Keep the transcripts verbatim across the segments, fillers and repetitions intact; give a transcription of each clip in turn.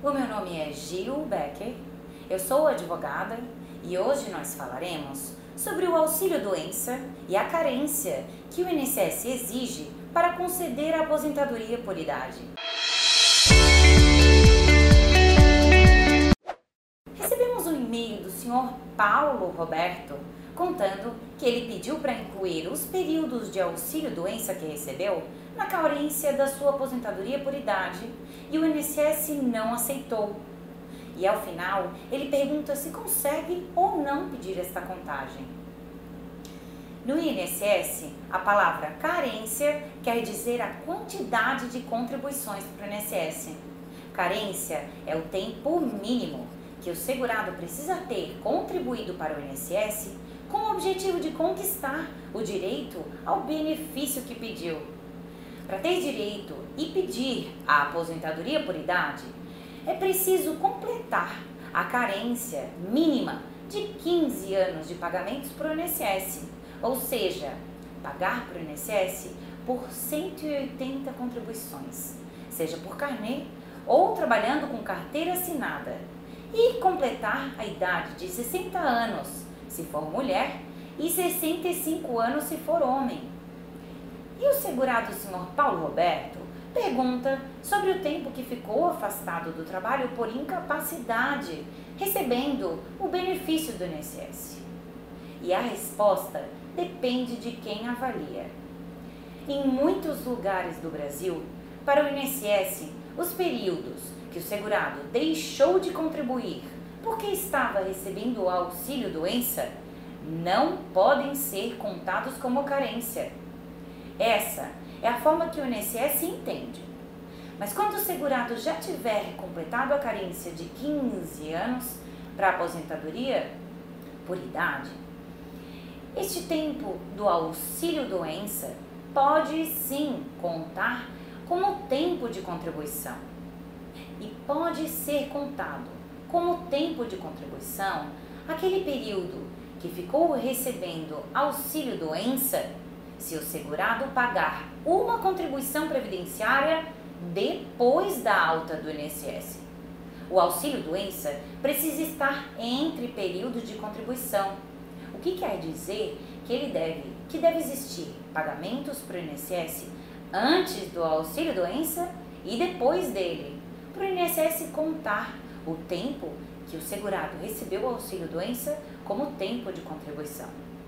O meu nome é Gil Becker, eu sou advogada e hoje nós falaremos sobre o auxílio-doença e a carência que o I N S S exige para conceder a aposentadoria por idade. Recebemos um e-mail do senhor Paulo Roberto contando que ele pediu para incluir os períodos de auxílio-doença que recebeu na carência da sua aposentadoria por idade e o I N S S não aceitou. E ao final, ele pergunta se consegue ou não pedir esta contagem. No I N S S, a palavra carência quer dizer a quantidade de contribuições para o I N S S. Carência é o tempo mínimo que o segurado precisa ter contribuído para o I N S S com o objetivo de conquistar o direito ao benefício que pediu. Para ter direito e pedir a aposentadoria por idade, é preciso completar a carência mínima de quinze anos de pagamentos para o I N S S, ou seja, pagar para o I N S S por cento e oitenta contribuições, seja por carnê ou trabalhando com carteira assinada, e completar a idade de sessenta anos, se for mulher, e sessenta e cinco anos se for homem. E o segurado senhor Paulo Roberto pergunta sobre o tempo que ficou afastado do trabalho por incapacidade, recebendo o benefício do I N S S. E a resposta depende de quem avalia. Em muitos lugares do Brasil, para o I N S S, os períodos que o segurado deixou de contribuir porque estava recebendo o auxílio-doença não podem ser contados como carência. Essa é a forma que o I N S S entende. Mas quando o segurado já tiver completado a carência de quinze anos para a aposentadoria por idade, este tempo do auxílio-doença pode sim contar como tempo de contribuição. E pode ser contado como tempo de contribuição aquele período que ficou recebendo auxílio-doença se o segurado pagar uma contribuição previdenciária depois da alta do I N S S. O auxílio-doença precisa estar entre períodos de contribuição, o que quer dizer que ele deve, que deve existir pagamentos para o I N S S antes do auxílio-doença e depois dele, para o I N S S contar o tempo que o segurado recebeu o auxílio-doença como tempo de contribuição.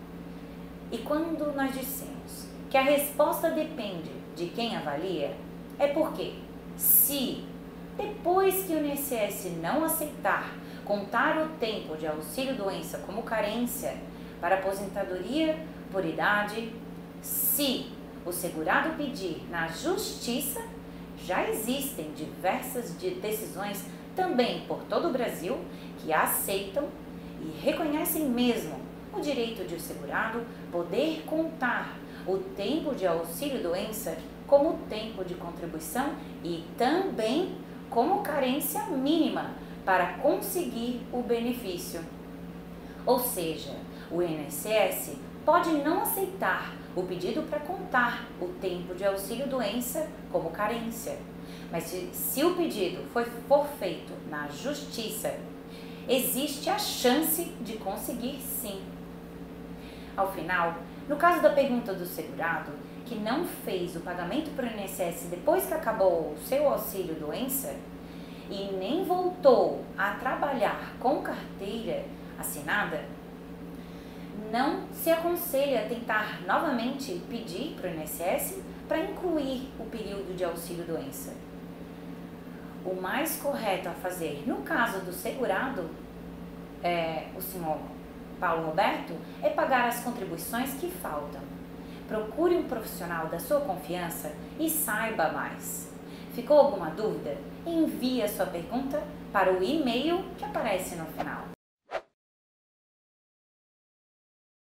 E quando nós dissemos que a resposta depende de quem avalia, é porque se depois que o I N S S não aceitar contar o tempo de auxílio-doença como carência para aposentadoria por idade, se o segurado pedir na justiça, já existem diversas decisões também por todo o Brasil que aceitam e reconhecem mesmo o direito de o segurado poder contar o tempo de auxílio-doença como tempo de contribuição e também como carência mínima para conseguir o benefício. Ou seja, o I N S S pode não aceitar o pedido para contar o tempo de auxílio-doença como carência, mas se, se o pedido foi, for feito na justiça, existe a chance de conseguir sim. Ao final, no caso da pergunta do segurado, que não fez o pagamento para o I N S S depois que acabou o seu auxílio-doença e nem voltou a trabalhar com carteira assinada, não se aconselha tentar novamente pedir para o I N S S para incluir o período de auxílio-doença. O mais correto a fazer no caso do segurado, é, o senhor Paulo Roberto, é pagar as contribuições que faltam. Procure um profissional da sua confiança e saiba mais. Ficou alguma dúvida? Envie a sua pergunta para o e-mail que aparece no final.